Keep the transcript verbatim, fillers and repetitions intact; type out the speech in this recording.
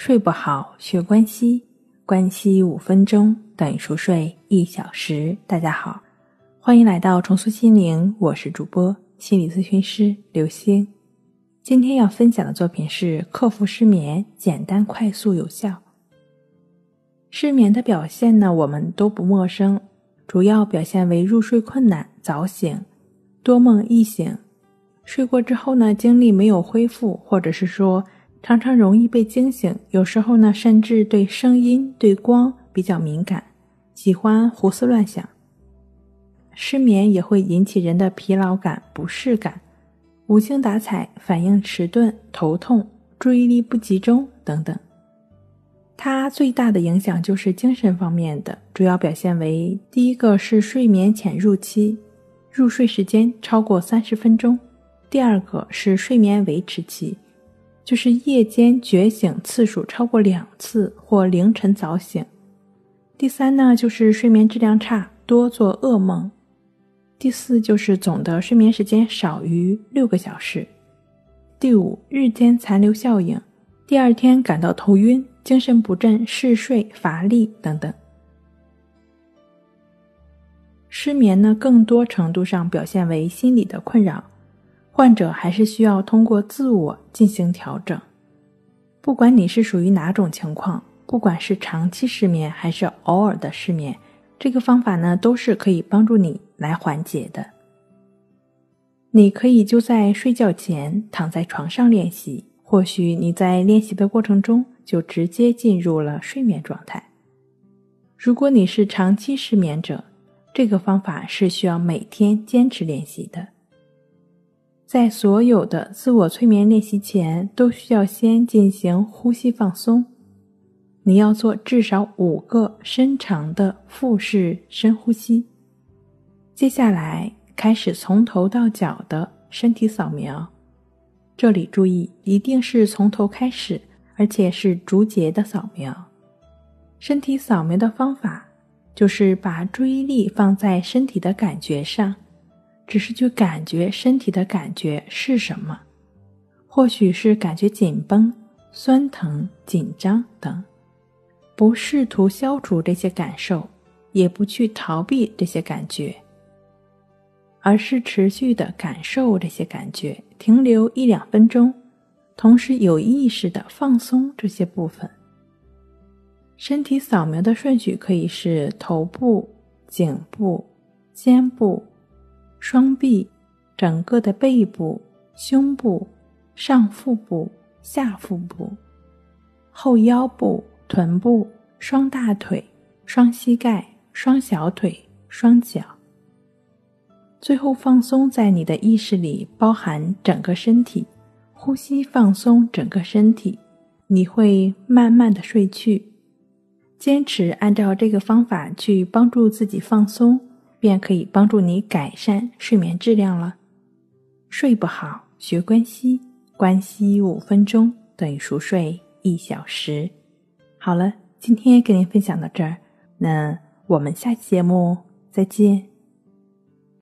睡不好学关息，关息五分钟等于熟睡一小时。大家好，欢迎来到重塑心灵，我是主播心理咨询师刘星。今天要分享的作品是克服失眠，简单快速有效。失眠的表现呢，我们都不陌生，主要表现为入睡困难、早醒、多梦易醒。睡过之后呢，精力没有恢复，或者是说常常容易被惊醒，有时候呢，甚至对声音、对光比较敏感，喜欢胡思乱想。失眠也会引起人的疲劳感、不适感、无精打采、反应迟钝、头痛、注意力不集中等等。它最大的影响就是精神方面的，主要表现为第一个是睡眠浅入期，入睡时间超过三十分钟；第二个是睡眠维持期，就是夜间觉醒次数超过两次或凌晨早醒；第三呢，就是睡眠质量差，多做噩梦；第四就是总的睡眠时间少于六个小时；第五，日间残留效应，第二天感到头晕、精神不振、嗜睡、乏力等等。失眠呢，更多程度上表现为心理的困扰，患者还是需要通过自我进行调整。不管你是属于哪种情况，不管是长期失眠还是偶尔的失眠，这个方法呢，都是可以帮助你来缓解的。你可以就在睡觉前躺在床上练习，或许你在练习的过程中就直接进入了睡眠状态。如果你是长期失眠者，这个方法是需要每天坚持练习的。在所有的自我催眠练习前，都需要先进行呼吸放松。你要做至少五个深长的腹式深呼吸。接下来开始从头到脚的身体扫描。这里注意，一定是从头开始，而且是逐节的扫描。身体扫描的方法就是把注意力放在身体的感觉上，只是去感觉身体的感觉是什么，或许是感觉紧绷、酸疼、紧张等，不试图消除这些感受，也不去逃避这些感觉，而是持续地感受这些感觉，停留一两分钟，同时有意识地放松这些部分。身体扫描的顺序可以是头部、颈部、肩部、双臂、整个的背部、胸部、上腹部、下腹部、后腰部、臀部、双大腿、双膝盖、双小腿、双脚。最后放松在你的意识里，包含整个身体，呼吸放松整个身体，你会慢慢的睡去。坚持按照这个方法去帮助自己放松，便可以帮助你改善睡眠质量了。睡不好学关息，关息五分钟等于熟睡一小时。好了，今天跟您分享到这儿，那我们下期节目再见。